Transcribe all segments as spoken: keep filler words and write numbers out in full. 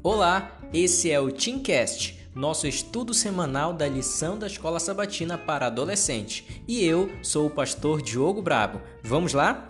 Olá, esse é o TeamCast, nosso estudo semanal da lição da Escola Sabatina para adolescentes. E eu sou o pastor Diogo Brabo. Vamos lá?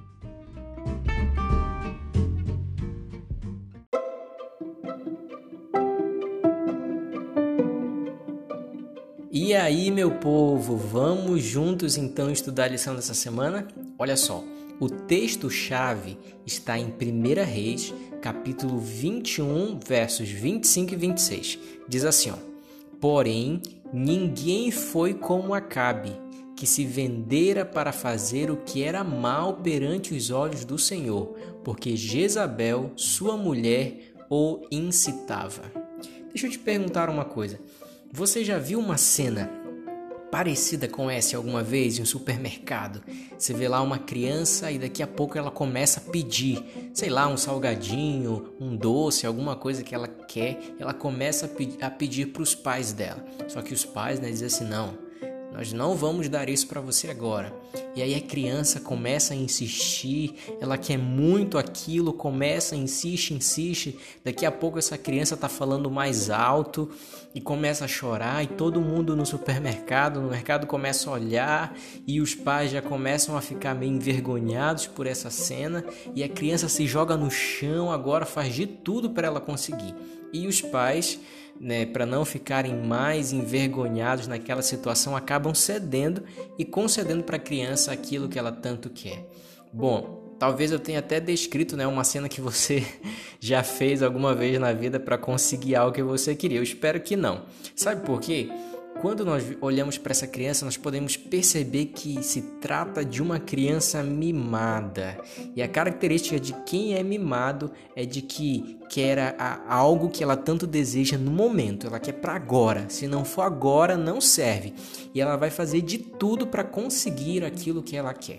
E aí, meu povo, vamos juntos então estudar a lição dessa semana? Olha só, o texto-chave está em primeira Reis, capítulo vinte e um, versos vinte e cinco e vinte e seis. Diz assim, ó: Porém, ninguém foi como Acabe, que se vendera para fazer o que era mal perante os olhos do Senhor, porque Jezabel, sua mulher, o incitava. Deixa eu te perguntar uma coisa. Você já viu uma cena parecida com essa alguma vez em um supermercado? Você vê lá uma criança e daqui a pouco ela começa a pedir, sei lá, um salgadinho, um doce, alguma coisa que ela quer. Ela começa a, pe- a pedir para os pais dela. Só que os pais, né, dizem assim, não, nós não vamos dar isso para você agora. E aí a criança começa a insistir, ela quer muito aquilo, começa, insiste, insiste. Daqui a pouco essa criança está falando mais alto e começa a chorar e todo mundo no supermercado, no mercado começa a olhar e os pais já começam a ficar meio envergonhados por essa cena e a criança se joga no chão, agora faz de tudo para ela conseguir. E os pais, né, para não ficarem mais envergonhados naquela situação, acabam cedendo e concedendo para a criança aquilo que ela tanto quer. Bom, talvez eu tenha até descrito, né, uma cena que você já fez alguma vez na vida para conseguir algo que você queria. Eu espero que não. Sabe por quê? Quando nós olhamos para essa criança, nós podemos perceber que se trata de uma criança mimada. E a característica de quem é mimado é de que quer algo que ela tanto deseja no momento. Ela quer para agora. Se não for agora, não serve. E ela vai fazer de tudo para conseguir aquilo que ela quer.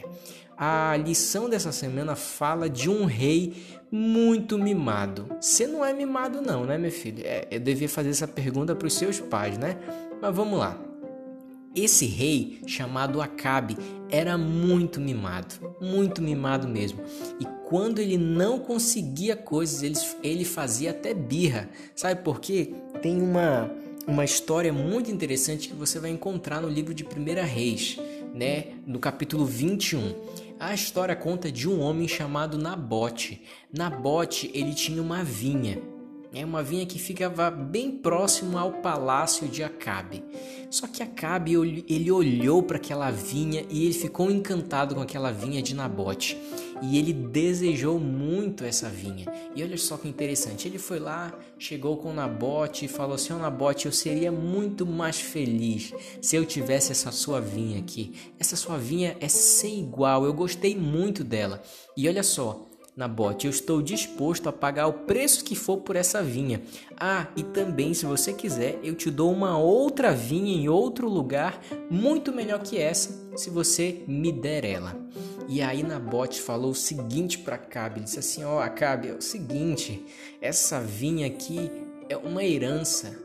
A lição dessa semana fala de um rei muito mimado. Você não é mimado não, né, meu filho? É, eu devia fazer essa pergunta para os seus pais, né? Mas vamos lá. Esse rei, chamado Acabe, era muito mimado, muito mimado mesmo. E quando ele não conseguia coisas, ele, ele fazia até birra. Sabe por quê? Tem uma, uma história muito interessante que você vai encontrar no livro de primeira Reis, né? No capítulo vinte e um. A história conta de um homem chamado Nabote. Nabote, ele tinha uma vinha. É uma vinha que ficava bem próximo ao palácio de Acabe. Só que Acabe, ele olhou para aquela vinha e ele ficou encantado com aquela vinha de Nabote. E ele desejou muito essa vinha. E olha só que interessante, ele foi lá, chegou com Nabote e falou assim: "Ó Nabote, eu seria muito mais feliz se eu tivesse essa sua vinha aqui. Essa sua vinha é sem igual, eu gostei muito dela. E olha só, Nabote, eu estou disposto a pagar o preço que for por essa vinha. Ah, e também, se você quiser, eu te dou uma outra vinha em outro lugar, muito melhor que essa, se você me der ela." E aí Nabote falou o seguinte para Acabe, ele disse assim: ó, Acabe, é o seguinte, essa vinha aqui é uma herança.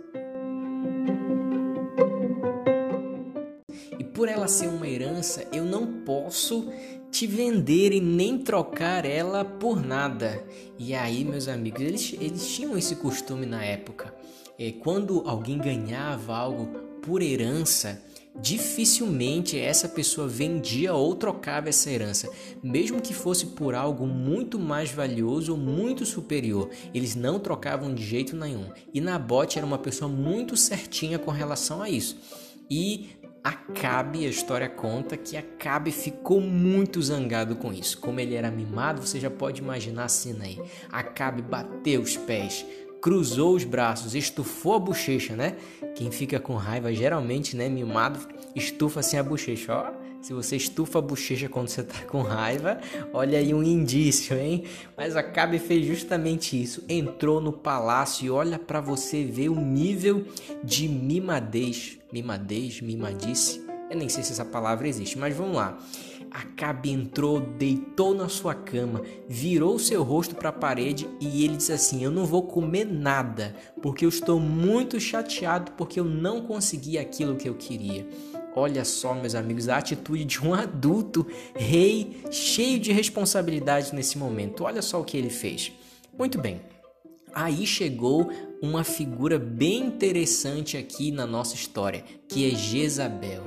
E por ela ser uma herança, eu não posso te vender e nem trocar ela por nada. E aí, meus amigos, eles, eles tinham esse costume na época. É, quando alguém ganhava algo por herança, dificilmente essa pessoa vendia ou trocava essa herança, mesmo que fosse por algo muito mais valioso ou muito superior. Eles não trocavam de jeito nenhum. E Nabote era uma pessoa muito certinha com relação a isso. E Acabe, a história conta que Acabe ficou muito zangado com isso. Como ele era mimado, você já pode imaginar a cena aí. Acabe bateu os pés, cruzou os braços, estufou a bochecha, né? Quem fica com raiva, geralmente, né, mimado, estufa assim a bochecha, ó. Se você estufa a bochecha quando você tá com raiva, olha aí um indício, hein? Mas Acabe fez justamente isso. Entrou no palácio e olha pra você ver o nível de mimadez. Mimadez, mimadice. Eu nem sei se essa palavra existe, mas vamos lá. Acabe entrou, deitou na sua cama, virou seu rosto para a parede e ele disse assim: eu não vou comer nada, porque eu estou muito chateado porque eu não consegui aquilo que eu queria. Olha só, meus amigos, a atitude de um adulto rei cheio de responsabilidade nesse momento. Olha só o que ele fez. Muito bem. Aí chegou uma figura bem interessante aqui na nossa história, que é Jezabel.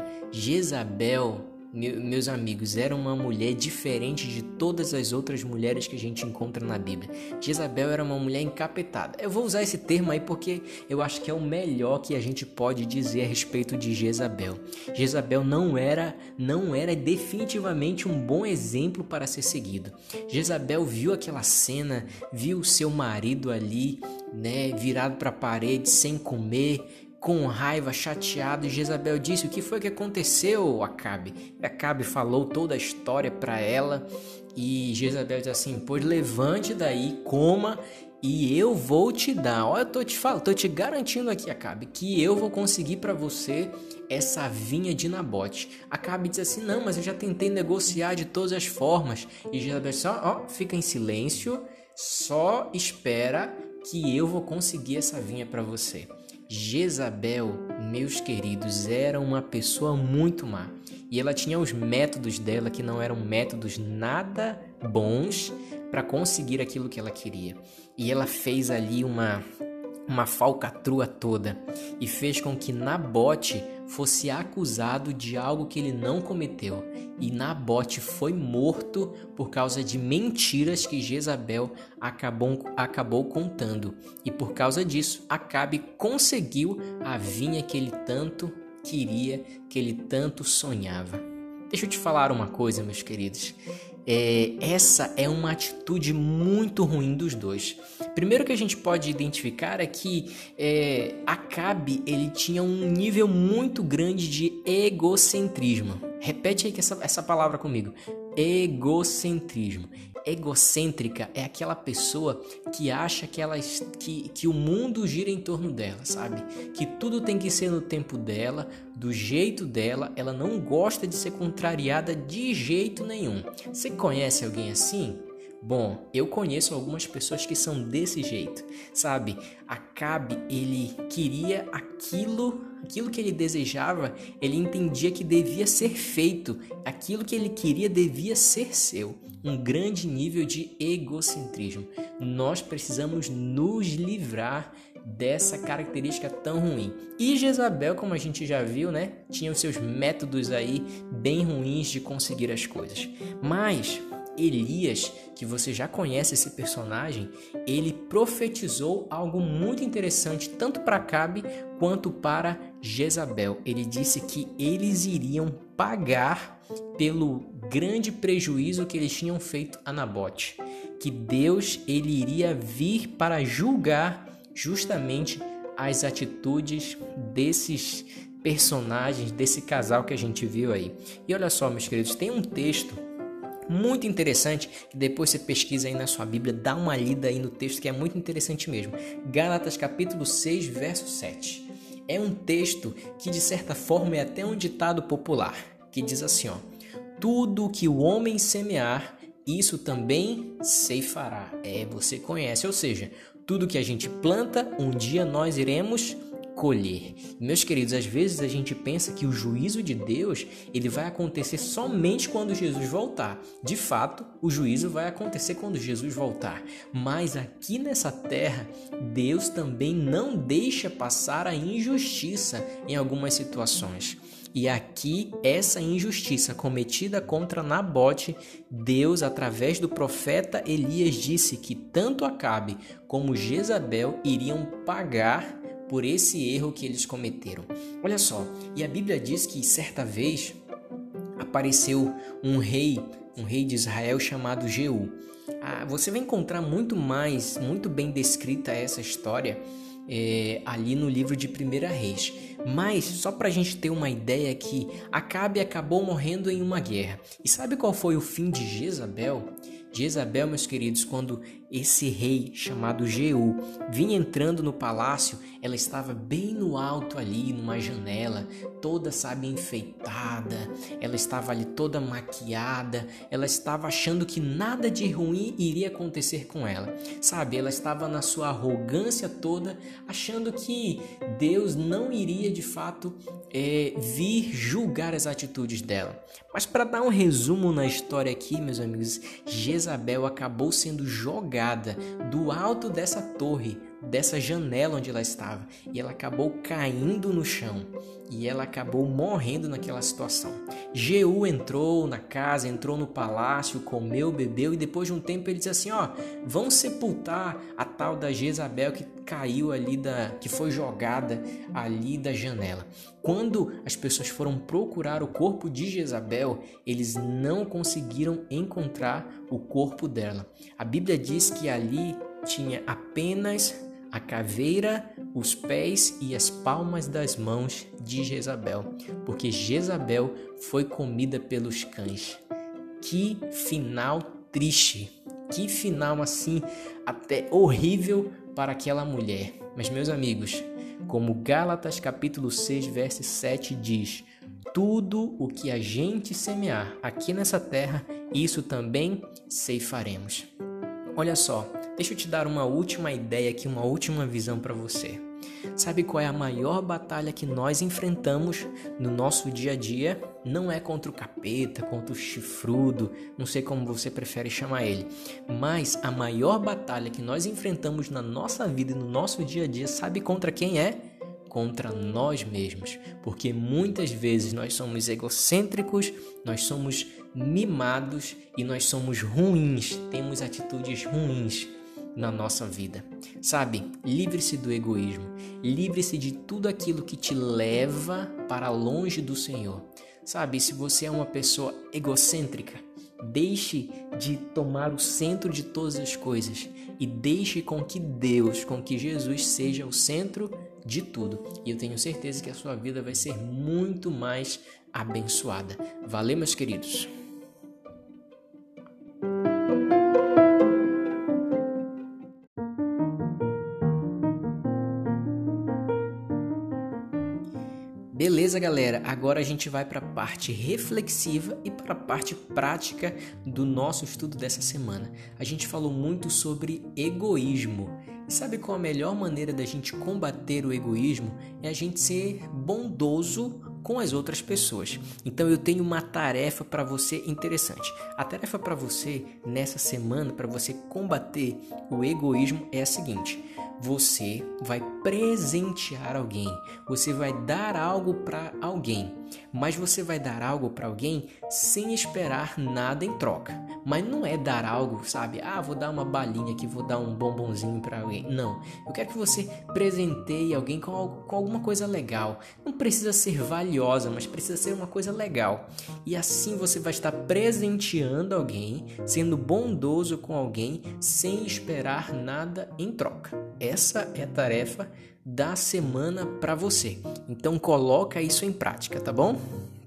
Jezabel, meus amigos, era uma mulher diferente de todas as outras mulheres que a gente encontra na Bíblia. Jezabel era uma mulher encapetada. Eu vou usar esse termo aí porque eu acho que é o melhor que a gente pode dizer a respeito de Jezabel. Jezabel não era, não era definitivamente um bom exemplo para ser seguido. Jezabel viu aquela cena, viu o seu marido ali, né, virado para a parede, sem comer, com raiva, chateado, e Jezabel disse: o que foi que aconteceu, Acabe? Acabe falou toda a história para ela, e Jezabel disse assim: pois levante daí, coma, e eu vou te dar. Olha, eu tô te falando, tô te garantindo aqui, Acabe, que eu vou conseguir para você essa vinha de Nabote. Acabe diz assim: não, mas eu já tentei negociar de todas as formas. E Jezabel disse: ó, ó, fica em silêncio, só espera que eu vou conseguir essa vinha para você. Jezabel, meus queridos, era uma pessoa muito má, e ela tinha os métodos dela que não eram métodos nada bons para conseguir aquilo que ela queria. E ela fez ali uma, uma falcatrua toda e fez com que Nabote fosse acusado de algo que ele não cometeu. E Nabote foi morto por causa de mentiras que Jezabel acabou, acabou contando. E por causa disso, Acabe conseguiu a vinha que ele tanto queria, que ele tanto sonhava. Deixa eu te falar uma coisa, meus queridos. É, essa é uma atitude muito ruim dos dois. Primeiro que a gente pode identificar é que é, Acabe ele tinha um nível muito grande de egocentrismo. Repete aí essa, essa palavra comigo. Egocentrismo. Egocêntrica é aquela pessoa que acha que, ela, que, que o mundo gira em torno dela, sabe? Que tudo tem que ser no tempo dela, do jeito dela. Ela não gosta de ser contrariada de jeito nenhum. Você conhece alguém assim? Bom, eu conheço algumas pessoas que são desse jeito, sabe? Acabe, ele queria aquilo, aquilo que ele desejava, ele entendia que devia ser feito, aquilo que ele queria devia ser seu. Um grande nível de egocentrismo. Nós precisamos nos livrar dessa característica tão ruim. E Jezabel, como a gente já viu, né, tinha os seus métodos aí bem ruins de conseguir as coisas. Mas Elias, que você já conhece esse personagem, ele profetizou algo muito interessante tanto para Acabe quanto para Jezabel. Ele disse que eles iriam pagar pelo grande prejuízo que eles tinham feito a Nabote, que Deus ele iria vir para julgar justamente as atitudes desses personagens, desse casal que a gente viu aí. E olha só, meus queridos, tem um texto muito interessante, que depois você pesquisa aí na sua Bíblia, dá uma lida aí no texto que é muito interessante mesmo. Gálatas capítulo seis, verso sete. É um texto que de certa forma é até um ditado popular, que diz assim, ó: tudo que o homem semear, isso também ceifará. É, você conhece, ou seja, tudo que a gente planta, um dia nós iremos colher. Meus queridos, às vezes a gente pensa que o juízo de Deus ele vai acontecer somente quando Jesus voltar. De fato, o juízo vai acontecer quando Jesus voltar. Mas aqui nessa terra, Deus também não deixa passar a injustiça em algumas situações. E aqui, essa injustiça cometida contra Nabote, Deus, através do profeta Elias, disse que tanto Acabe como Jezabel iriam pagar por esse erro que eles cometeram. Olha só, e a Bíblia diz que certa vez apareceu um rei, um rei de Israel chamado Jeú. Ah, você vai encontrar muito mais, muito bem descrita essa história é, ali no livro de Primeira Reis. Mas, só para a gente ter uma ideia que Acabe acabou morrendo em uma guerra. E sabe qual foi o fim de Jezabel? Jezabel, meus queridos, quando esse rei chamado Jeú vinha entrando no palácio, ela estava bem no alto ali, numa janela, toda, sabe, enfeitada, ela estava ali toda maquiada, ela estava achando que nada de ruim iria acontecer com ela, sabe, ela estava na sua arrogância toda, achando que Deus não iria de fato é, vir julgar as atitudes dela. Mas para dar um resumo na história aqui, meus amigos, Jezabel Jezabel acabou sendo jogada do alto dessa torre, dessa janela onde ela estava, e ela acabou caindo no chão, e ela acabou morrendo naquela situação. Jeú entrou na casa, entrou no palácio, comeu, bebeu, e depois de um tempo ele disse assim, ó, vão sepultar a tal da Jezabel que caiu ali, da, que foi jogada ali da janela. Quando as pessoas foram procurar o corpo de Jezabel, eles não conseguiram encontrar o corpo dela. A Bíblia diz que ali tinha apenas a caveira, os pés e as palmas das mãos de Jezabel, porque Jezabel foi comida pelos cães. Que final triste, que final assim até horrível para aquela mulher. Mas meus amigos, como Gálatas capítulo seis, verso sete diz, tudo o que a gente semear aqui nessa terra, isso também ceifaremos. Olha só, deixa eu te dar uma última ideia aqui, uma última visão para você. Sabe qual é a maior batalha que nós enfrentamos no nosso dia a dia? Não é contra o capeta, contra o chifrudo, não sei como você prefere chamar ele. Mas a maior batalha que nós enfrentamos na nossa vida e no nosso dia a dia, sabe contra quem é? Contra nós mesmos. Porque muitas vezes nós somos egocêntricos, nós somos mimados e nós somos ruins, temos atitudes ruins na nossa vida. Sabe, livre-se do egoísmo, livre-se de tudo aquilo que te leva para longe do Senhor. Sabe, se você é uma pessoa egocêntrica, deixe de tomar o centro de todas as coisas e deixe com que Deus, com que Jesus seja o centro de tudo. E eu tenho certeza que a sua vida vai ser muito mais abençoada. Valeu, meus queridos! Beleza, galera? Agora a gente vai para a parte reflexiva e para a parte prática do nosso estudo dessa semana. A gente falou muito sobre egoísmo. E sabe qual a melhor maneira da gente combater o egoísmo? É a gente ser bondoso com as outras pessoas. Então eu tenho uma tarefa para você interessante. A tarefa para você nessa semana, para você combater o egoísmo é a seguinte: você vai presentear alguém, você vai dar algo para alguém, mas você vai dar algo para alguém sem esperar nada em troca. Mas não é dar algo, sabe? Ah, vou dar uma balinha aqui, vou dar um bombonzinho para alguém. Não, eu quero que você presenteie alguém com, com alguma coisa legal. Não precisa ser valiosa, mas precisa ser uma coisa legal. E assim você vai estar presenteando alguém, sendo bondoso com alguém, sem esperar nada em troca. Essa é a tarefa da semana para você. Então coloca isso em prática, tá bom?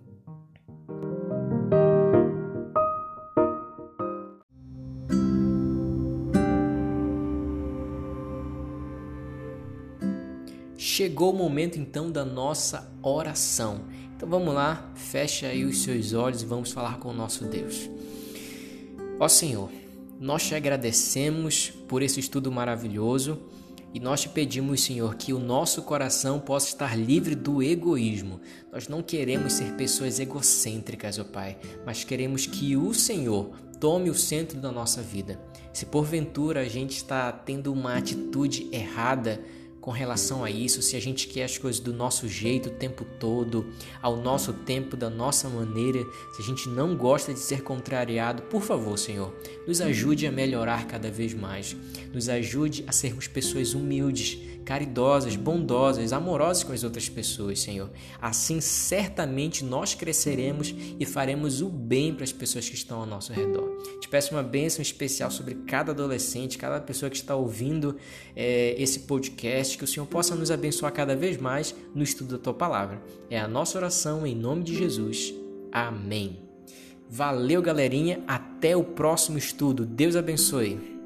Chegou o momento então da nossa oração. Então vamos lá, fecha aí os seus olhos e vamos falar com o nosso Deus. Ó Senhor, nós te agradecemos por esse estudo maravilhoso e nós te pedimos, Senhor, que o nosso coração possa estar livre do egoísmo. Nós não queremos ser pessoas egocêntricas, ó Pai, mas queremos que o Senhor tome o centro da nossa vida. Se porventura a gente está tendo uma atitude errada com relação a isso, se a gente quer as coisas do nosso jeito o tempo todo, ao nosso tempo, da nossa maneira, se a gente não gosta de ser contrariado, por favor, Senhor, nos ajude a melhorar cada vez mais. Nos ajude a sermos pessoas humildes, caridosas, bondosas, amorosas com as outras pessoas, Senhor. Assim, certamente nós cresceremos e faremos o bem para as pessoas que estão ao nosso redor. Te peço uma bênção especial sobre cada adolescente, cada pessoa que está ouvindo é, esse podcast, que o Senhor possa nos abençoar cada vez mais no estudo da Tua Palavra. É a nossa oração em nome de Jesus. Amém. Valeu, galerinha. Até o próximo estudo. Deus abençoe.